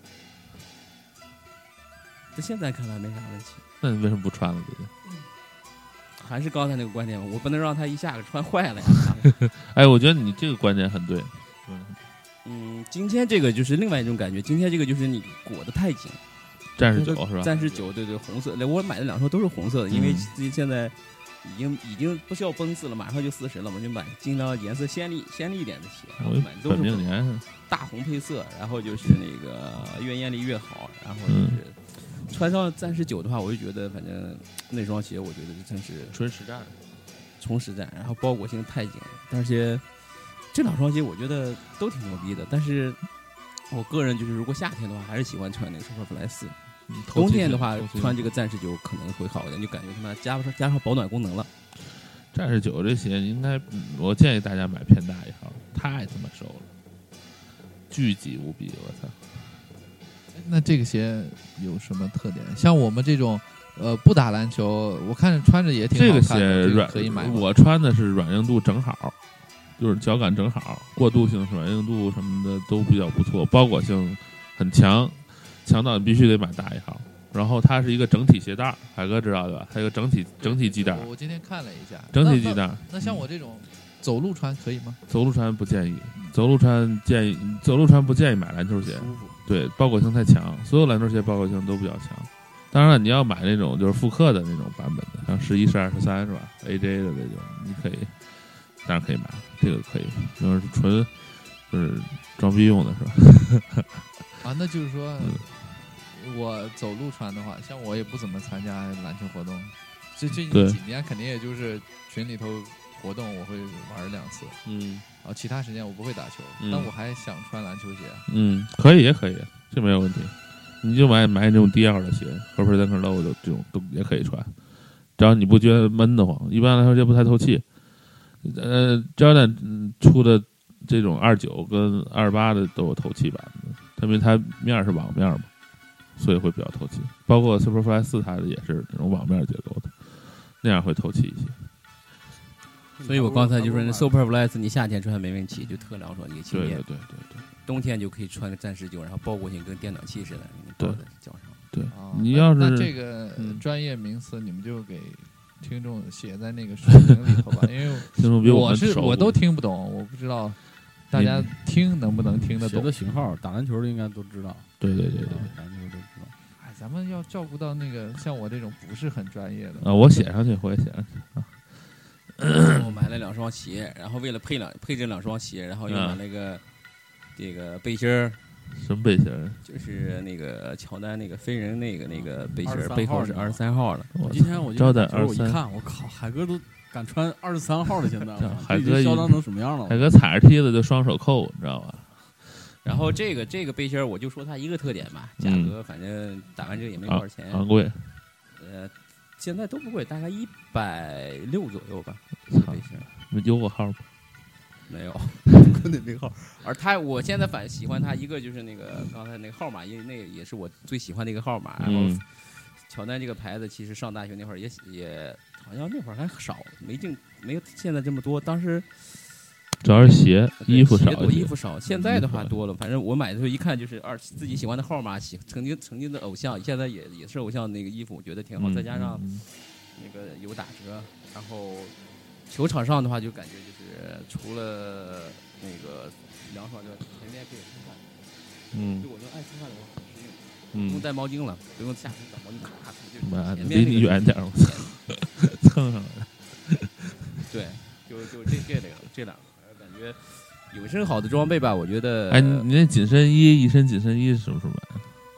在现在看来没啥问题。 那你为什么不穿了？最近？ 还是刚才那个观点，我不能让它一下给穿坏了呀。 哎，我觉得你这个观点很对。 嗯，今天这个就是另外一种感觉，今天这个就是你裹得太紧。 战士九是吧？ 战士九，对对，红色。我买的两双都是红色的，因为自己现在已经已经不需要奔四了，马上就四十了嘛，就买尽量颜色鲜丽鲜丽一点的鞋。 我买的都本是命年大红配色，然后就是那个越艳丽越好，然后就是。嗯穿上战士九的话，我就觉得反正那双鞋，我觉得真是纯实战， 纯实战，然后包裹性太紧了。但是这两双鞋我觉得都挺牛逼的，但是我个人就是如果夏天的话，还是喜欢穿那个 Superfly 四。 嗯、 冬天的话，穿这个战士九可能会好一点，就感觉他妈加上加上保暖功能了。 战士九这鞋应该，我建议大家买偏大一号，太他妈瘦了，巨挤无比，我操！ 那这个鞋有什么特点？像我们这种，呃，不打篮球，我看着穿着也挺好看的。 这个鞋软， 可以买。 我穿的是软硬度正好，就是脚感正好，过渡性、软硬度什么的都比较不错，包裹性很强，强到你必须得买大一号。然后它是一个整体鞋带，海哥知道对吧？它有个整体整体系带。 我今天看了一下， 整体系带。 那, 那, 那像我这种走路穿可以吗？ 走路穿不建议，走路穿建议，走路穿不建议买篮球鞋。 舒服。 对，包裹性太强，所有篮球鞋包裹性都比较强。当然了，你要买那种就是复刻的那种版本的，像十一、十二、十三是吧 ？A J 的那种，你可以，当然可以买，这个可以，就是纯就是装逼用的是吧？ 啊，那就是说，嗯、我走路穿的话，像我也不怎么参加篮球活动，这这几年肯定也就是群里头活动我会玩两次， 嗯。 啊，其他时间我不会打球， 嗯、 但我还想穿篮球鞋。 嗯，可以也可以，这没有问题。你就买买这种低腰的鞋，和 Predator Low 的这种都也可以穿，只要你不觉得闷得慌。一般来说这不太透气。呃 ，Jordan 出的这种二九跟二八的都有透气版的，因为它面是网面嘛，所以会比较透气。包括 Superfly 四它的也是这种网面结构的，那样会透气一些。 所以我刚才就说那 Superfly 你夏天穿没问题，就特凉爽，你轻便。 对对对对。 冬天就可以穿个战士九，然后包裹性跟电暖气似的，你包在脚上。 对， 啊、 你要是那, 那这个专业名词，你们就给听众写在那个说明里头吧，因为听众比我我是我都听不懂，我不知道大家听能不能听得懂。 鞋的型号，打篮球的应该都知道。 对对对对， 打篮球都知道。 哎，咱们要照顾到那个像我这种不是很专业的啊，我写上去，我也写上去啊。 我买了两双鞋，然后为了配两配这两双鞋，然后又买了个、嗯、这个背心儿。 什么背心儿？ 就是那个乔丹那个飞人那个那个背心儿，背后是二十三号的。 我今天我今天我一看，我靠，海哥都敢穿二十三号的，现在海哥嚣张成什么样了？ 海哥踩着梯子就双手扣，你知道吧？ 然后这个这个背心儿，我就说它一个特点吧，价格反正打完这个也没多少钱， 昂贵。 呃。现在都不贵，大概一百六左右吧。这个背心有我号吗？ 没有，根本没号。而他，我现在反正喜欢他一个就是那个刚才那个号码，因为那个也是我最喜欢的一个号码。然后， 嗯、 乔丹这个牌子，其实上大学那会儿也也好像那会儿还少，没进没有现在这么多。当时主要是鞋，衣服少， 衣服少。现在的话多了，反正我买的时候一看就是二自己喜欢的号码，喜曾经曾经的偶像，现在也也是偶像那个衣服，我觉得挺好。 嗯、 再加上那个有打折，然后球场上的话就感觉就是除了那个凉爽之外，前面可以吃饭。 嗯， 就我就爱吃饭的话很实用， 嗯， 不用带毛巾了，不用下水找毛巾咔咔就前面离你远点，我蹭上来。 对，就就这这两个这两个。感觉有一身好的装备吧，我觉得。 哎，你那紧身衣，一身紧身衣是什么时候买的？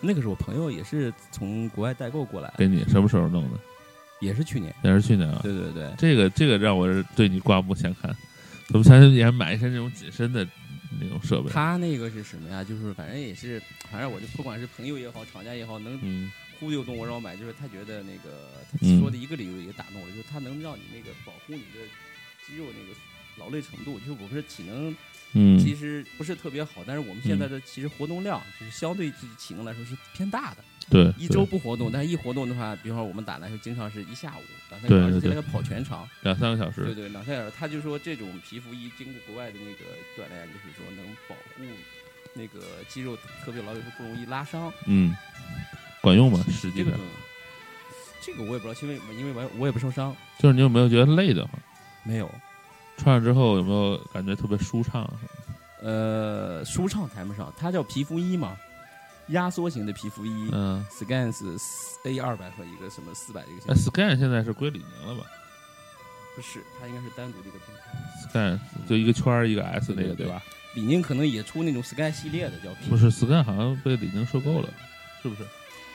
那个是我朋友，也是从国外代购过来， 给你什么时候弄的？ 也是去年， 也是去年啊。 对对对， 这个这个让我对你刮目相看。怎么才也买一些那种紧身的那种设备？ 他那个是什么呀？就是反正也是，反正我就不管是朋友也好，厂家也好，能嗯忽悠动我让我买，就是他觉得那个他嗯说的一个理由也打动我，就是他能让你那个保护你的肌肉那个劳累程度。就是我不是体能嗯其实不是特别好，但是我们现在的其实活动量就是相对自己体能来说是偏大的。 对， 一周不活动，但是一活动的话，比方说我们打篮球，经常是一下午两三对个小时， 对对现在跑全场， 两三个小时。 对对，两三个小时。他就说这种皮肤衣经过国外的那个锻炼，就是说能保护那个肌肉特别劳累，不容易拉伤。 嗯，管用吗？实际上这个，这个我也不知道，因为因为我我也不受伤， 就是你有没有觉得累得慌？ 没有。 穿上之后有没有感觉特别舒畅？ 呃，舒畅谈不上，它叫皮肤衣嘛，压缩型的皮肤衣。 嗯 Scans A 二百和一个什么四百的一个型那 Scan 现在是归李宁了吧不是，它应该是单独的一个品牌。 ？Scan 就一个圈儿一个 S 那个对对对吧？ 李宁可能也出那种 Sky 系列的，叫皮不是 Scan 好像被李宁收购了，是不是？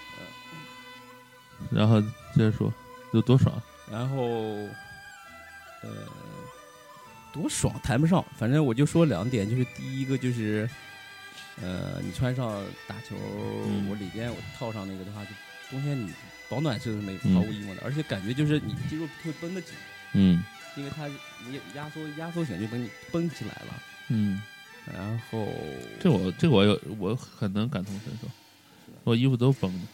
然后接着说，有多爽？ 然后，呃，多爽谈不上，反正我就说两点，就是第一个就是，呃，你穿上打球， 嗯我里边我套上那个的话，就冬天你保暖是没嗯毫无疑问的，而且感觉就是你肌肉会绷得紧， 嗯因为它你压缩压缩型就绷你绷起来了。 嗯， 然后这我这我有我很能感同身受，我衣服都绷的。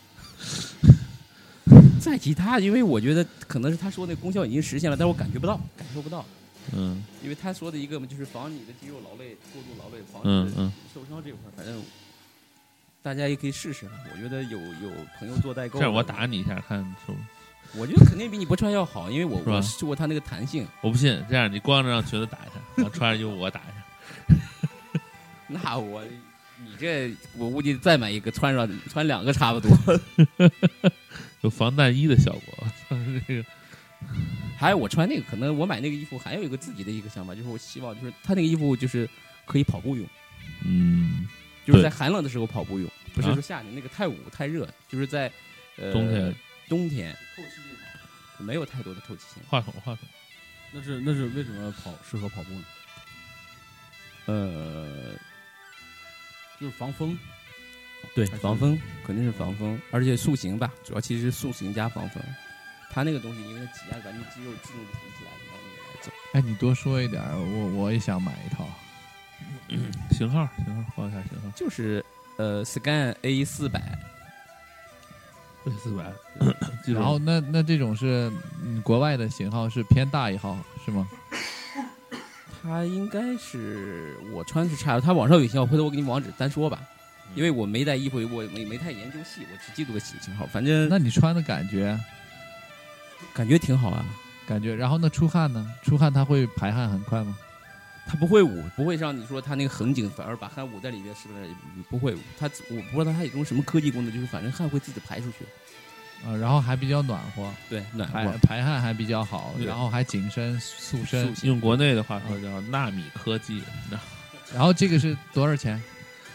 再其他，因为我觉得可能是他说那功效已经实现了，但是我感觉不到，感受不到。 嗯因为他说的一个嘛，就是防你的肌肉劳累、过度劳累，防止嗯嗯受伤这块儿，反正大家也可以试试。我觉得有有朋友做代购， 这样我打你一下看是不是？ 我觉得肯定比你不穿要好，因为我是吧我试过它那个弹性。 我不信，这样你光着让裙子打一下，然后穿上衣服我打一下。 那我你这我估计再买一个穿上穿两个差不多。 有防弹衣的效果。这个还有我穿那个，可能我买那个衣服还有一个自己的一个想法，就是我希望就是它那个衣服就是可以跑步用。 嗯， 就是对在寒冷的时候跑步用，不是啊说夏天那个太捂太热，就是在呃冬天冬天透气性好，没有太多的透气性。 话筒话筒， 那是那是为什么跑适合跑步呢？ 呃， 就是防风。 对， 还是防风肯定是防风，而且塑形吧，主要其实是塑形加防风。它那个东西因为它挤压把你肌肉自动就挺起来，然后你来走。 哎，你多说一点儿，我我也想买一套。 型号型号报一下型号， 就是呃 Scan A 四百， 对四百。 然后那那这种是嗯国外的型号是偏大一号是吗？ 它应该是我穿是差，它网上有型号，回头我给你网址单说吧。因为我没带衣服，我没没太研究细，我只记住个型型号。反正那你穿的感觉感觉挺好啊。 感觉，然后那出汗呢？出汗它会排汗很快吗？ 它不会捂，不会像你说它那个很紧，反而把汗捂在里边，是不是？不会捂。它我不知道它有种什么科技功能，就是反正汗会自己排出去。 啊，然后还比较暖和， 对，暖排和。 排汗还比较好， 对然后还紧身塑身。 用国内的话说叫纳米科技。 然后这个是多少钱？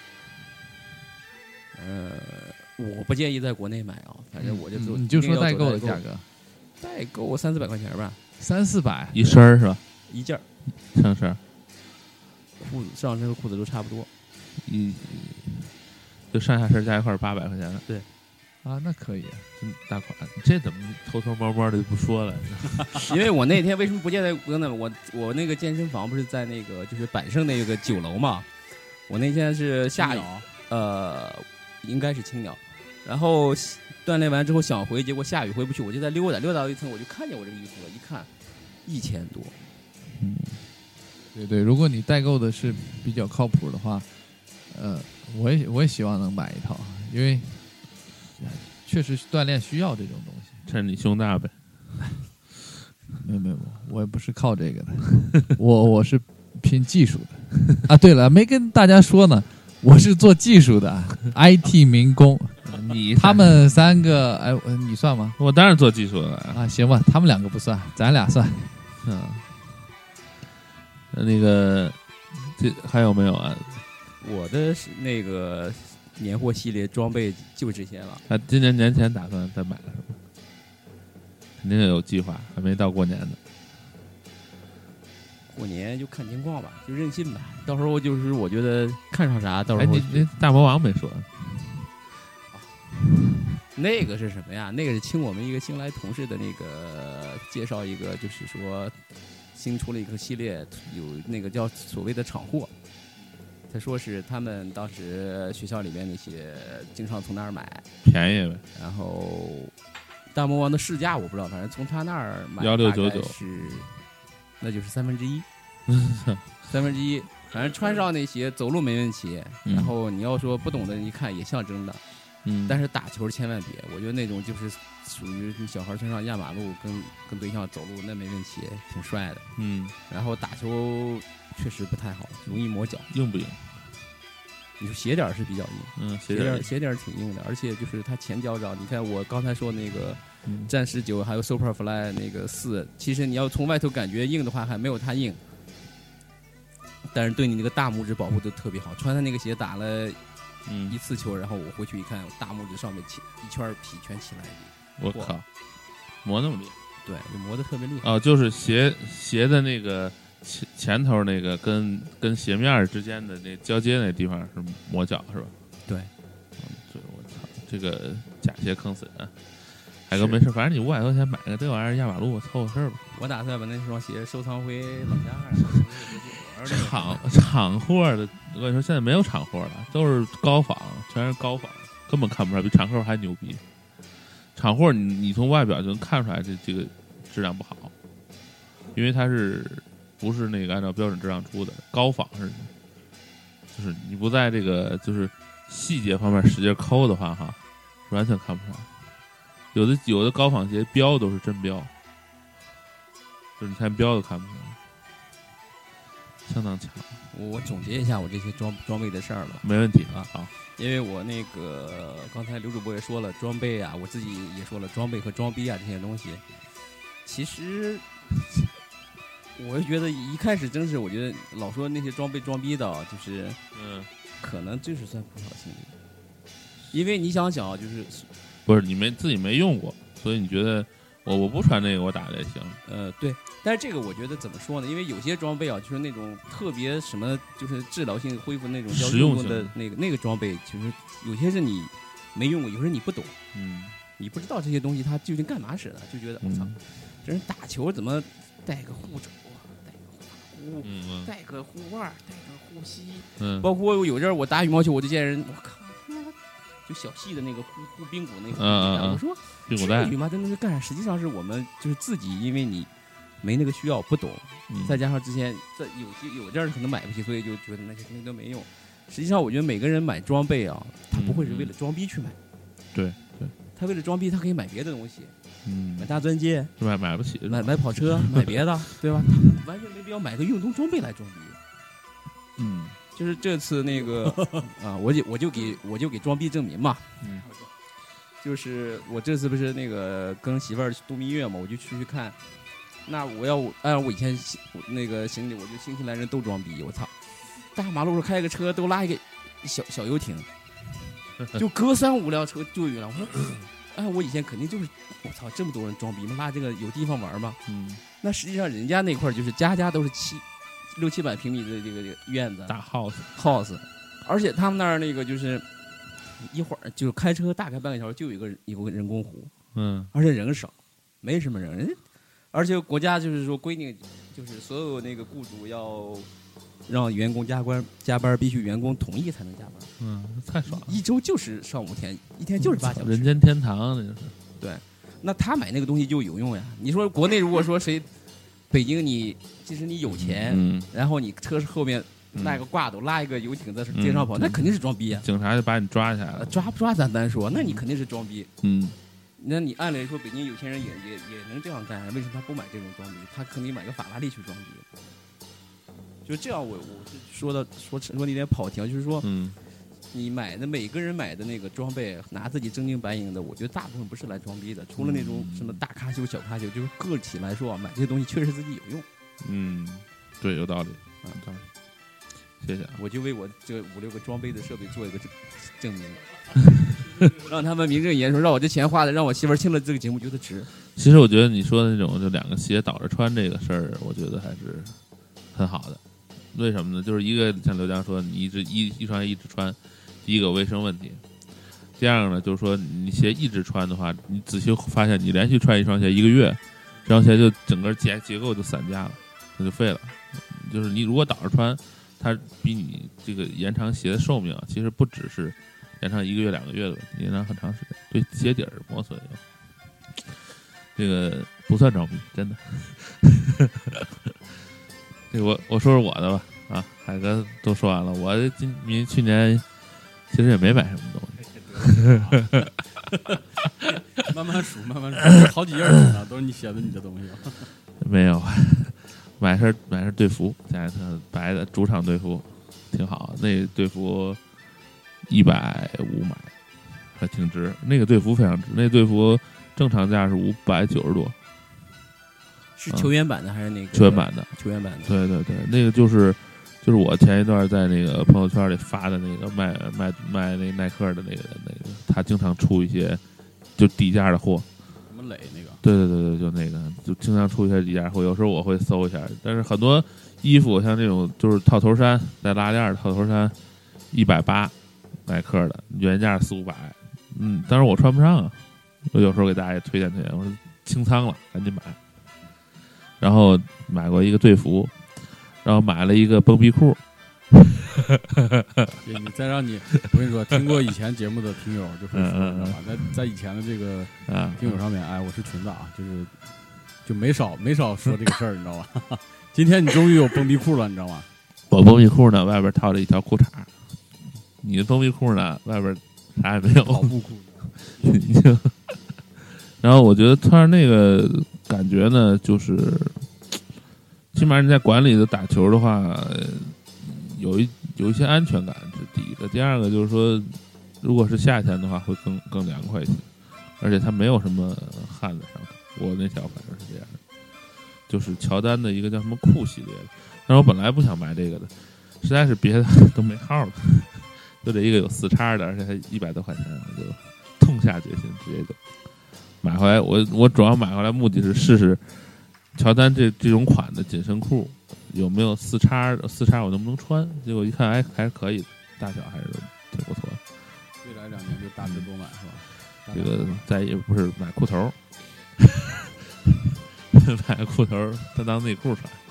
呃，我不建议在国内买啊，反正我就做， 嗯你就说代购的价格， 格， 代购三四百块钱吧， 三四百一身儿是吧？ 一件儿上身儿裤子上身和裤子都差不多。 一就上下身加一块八百块钱的， 对啊，那可以。 真大款。这怎么偷偷摸摸的就不说了？ 因为我那天为什么不见在国内？我我那个健身房不是在那个就是百盛那个九楼嘛？我那天是下雨，呃，应该是青鸟。然后锻炼完之后想回，结果下雨回不去，我就在溜达，溜达到一层我就看见我这个衣服了，一看一千多。 嗯， 对对，如果你代购的是比较靠谱的话，呃，我也我也希望能买一套，因为确实锻炼需要这种东西。 趁你胸大呗。 没有没有，我也不是靠这个的，我我是拼技术的。啊，对了，没跟大家说呢，我是做技术的 ，I T 民工。 你他们三个，哎，你算吗？ 我当然做技术的了。 啊，行吧，他们两个不算，咱俩算。 嗯，那那个这还有没有啊？ 我的是那个年货系列装备就这些了。 他今年年前打算再买了是吧？肯定有计划，还没到过年呢。 过年就看情况吧，就任性吧。到时候就是我觉得看上啥，到时哎， 候你那大魔王没说？ 那个是什么呀？那个是请我们一个新来同事的那个介绍一个，就是说新出了一个系列，有那个叫所谓的厂货。他说是他们当时学校里面那些经常从那儿买， 便宜呗， 然后大魔王的市价我不知道，反正从他那儿买一六九九是，那就是三分之一，三分之一。反正穿上那鞋走路没问题， 嗯然后你要说不懂的人一看也像真的。 嗯， 但是打球千万别，我觉得那种就是属于你小孩穿上压马路跟跟对象走路那没问题，挺帅的。 嗯， 然后打球确实不太好，容易磨脚。 硬不硬？ 你说鞋底儿是比较硬， 嗯， 鞋鞋底儿， 底儿鞋底儿挺硬的，而且就是它前脚掌，你看我刚才说那个嗯战士九还有 Superfly 那个四，其实你要从外头感觉硬的话还没有它硬，但是对你那个大拇指保护的特别好。穿它那个鞋打了嗯一，次球，然后我回去一看，我大拇指上面起一圈皮全起来了。 我靠，磨那么厉害？ 对，就磨得特别厉害。 哦，就是鞋鞋的那个前前头那个跟跟鞋面儿之间的那交接那地方是磨脚是吧？ 对， 嗯，对，我操，这个假鞋坑死人。海哥没事，反正你五百块钱买个这玩意儿压马路凑合事儿吧。 我打算把那双鞋收藏回老家，然后厂厂货的，我跟你说，现在没有厂货了，都是高仿，全是高仿，根本看不出来，比厂货还牛逼。厂货你你从外表就能看出来这这个质量不好，因为它是不是那个按照标准质量出的，高仿是，就是你不在这个就是细节方面使劲抠的话，哈，是完全看不出来。有的有的高仿鞋标都是真标，就是你看标都看不出来。相当强， 我总结一下我这些装装备的事儿吧， 没问题啊。 好， 因为我那个刚才刘主播也说了，装备啊，我自己也说了，装备和装逼啊这些东西，其实我就觉得一开始真是，我觉得老说那些装备装逼的啊，就是嗯， 可能就是算不少心理，因为你想想啊，就是不是你没自己没用过，所以你觉得我我不穿这个我打的也行， 呃对，但是这个我觉得怎么说呢？因为有些装备啊，就是那种特别什么，就是治疗性恢复那种叫实用性的那个那个装备，其实有些是你没用过，有时候你不懂， 嗯， 你不知道这些东西它究竟干嘛使的，就觉得我操， 嗯这人打球怎么带个护肘啊，带个护嗯嗯带个护腕，带个护膝， 嗯， 包括有阵儿我打羽毛球，我就见人，我靠，他妈就小细的那个护护髌骨那个， 嗯嗯嗯我说髌骨带至于，吗？真的是干啥？实际上是我们就是自己，因为你没那个需要，不懂， 嗯再加上之前在有些有阵儿可能买不起，所以就觉得那些东西都没用。实际上，我觉得每个人买装备啊，他不会是为了装逼去买， 对对， 他为了装逼，他可以买别的东西， 嗯买，大钻戒， 是买买不起， 买买跑车，买别的，对吧？他完全没必要买个运动装备来装逼。 嗯就是这次那个啊，我就我就给我就给装逼证明嘛。 嗯就是我这次不是那个跟媳妇儿度蜜月嘛，我就出去看。那我要按照我以前那个行李，我就新西兰人都装逼，我操！大马路上开个车都拉一个小小游艇，就隔三五辆车就有了。我说，按我以前肯定就是我操，这么多人装逼吗？拉这个有地方玩吗？ 嗯， 那实际上人家那块儿就是家家都是七六七百平米的这个这个院子， 大 house， house，而且他们那儿那个就是一会儿就开车大概半个小时就有一个有个人工湖， 嗯而且人少，没什么人，而且国家就是说规定，就是所有那个雇主要让员工加班加班必须员工同意才能加班， 嗯，太爽了， 一周就是上五天，一天就是八小时。 人间天堂，那就是， 对，那他买那个东西就有用呀。你说国内如果说谁，北京你即使你有钱， 嗯， 然后你车后面拉个挂斗，拉一个游艇在街上跑， 嗯那肯定是装逼啊！ 警察就把你抓起来呃了， 抓不抓咱单说，那你肯定是装逼。 嗯那你按理说北京有钱人也也也能这样干，为什么他不买这种装逼？他肯定买个法拉利去装逼。就这样我，我是说的说说的有点跑题，就是说嗯你买的每个人买的那个装备，拿自己真金白银的，我觉得大部分不是来装逼的，除了那种什么大咖秀、小咖秀，就是个体来说啊，买这些东西确实自己有用。 嗯，对，有道理， 啊有道理。 谢谢啊。 我就为我这个五六个装备的设备做一个证证明，让他们名正言顺，让我这钱花的，让我媳妇儿听了这个节目觉得值。 其实我觉得你说的那种就两个鞋倒着穿这个事儿，我觉得还是很好的。为什么呢？就是一个像刘江说，你一直一一双鞋一直穿，第一个卫生问题。第二个呢，就是说你鞋一直穿的话，你仔细发现你连续穿一双鞋一个月，这双鞋就整个结结构就散架了，那就废了。就是你如果倒着穿，它比你这个延长鞋的寿命啊，其实不只是延长一个月两个月的问题，延长很长时间，对鞋底儿磨损有。这个不算着迷，真的。这个我我说说我的吧，啊，海哥都说完了，我今明去年其实也没买什么东西。 慢慢数，慢慢数，好几页纸呢，都是你写的你的东西。 没有，买身买身队服，加一个白的主场队服，挺好。那队服一百五买，还挺值。那个队服非常值，那队服正常价是五百九十多。 是球员版的还是那个？ 球员版的， 球员版的。 对对对，那个就是就是我前一段在那个朋友圈里发的那个卖卖卖那耐克的那个那个，他经常出一些就低价的货。 什么磊那个？ 对对对对，就那个，就经常出一些低价货。有时候我会搜一下，但是很多衣服像这种就是套头衫带拉链的套头衫，一百八，耐克的原价四五百，嗯，但是我穿不上啊。我有时候给大家也推荐推荐，我说清仓了，赶紧买。然后买过一个队服，然后买了一个蹦逼裤。 你再让你，我跟你说，听过以前节目的听友就会说， 嗯嗯你知道吧？在在以前的这个啊听友上面，哎，我是群的啊，就是就没少没少说这个事儿，你知道吧？今天你终于有蹦逼裤了，你知道吗？ 我蹦逼裤呢，外边套着一条裤衩；你的蹦逼裤呢，外边啥也没有， 跑步裤。 然后我觉得穿上那个感觉呢，就是起码你在馆里头打球的话，有一有一些安全感，是第一个。第二个就是说，如果是夏天的话，会更更凉快一些，而且它没有什么汗在上头。我那条反正是这样的，就是乔丹的一个叫什么酷系列的。但是我本来不想买这个的，实在是别的都没号了，就这一个有四叉的，而且还一百多块钱，我就痛下决心直接就买回来。我我主要买回来目的是试试乔丹这这种款的紧身裤有没有四叉，四叉我能不能穿？结果一看，哎，还是可以，大小还是挺不错的。 未来两年就大致多买是吧？ 这个再也不是买裤头，买裤头他当内裤穿。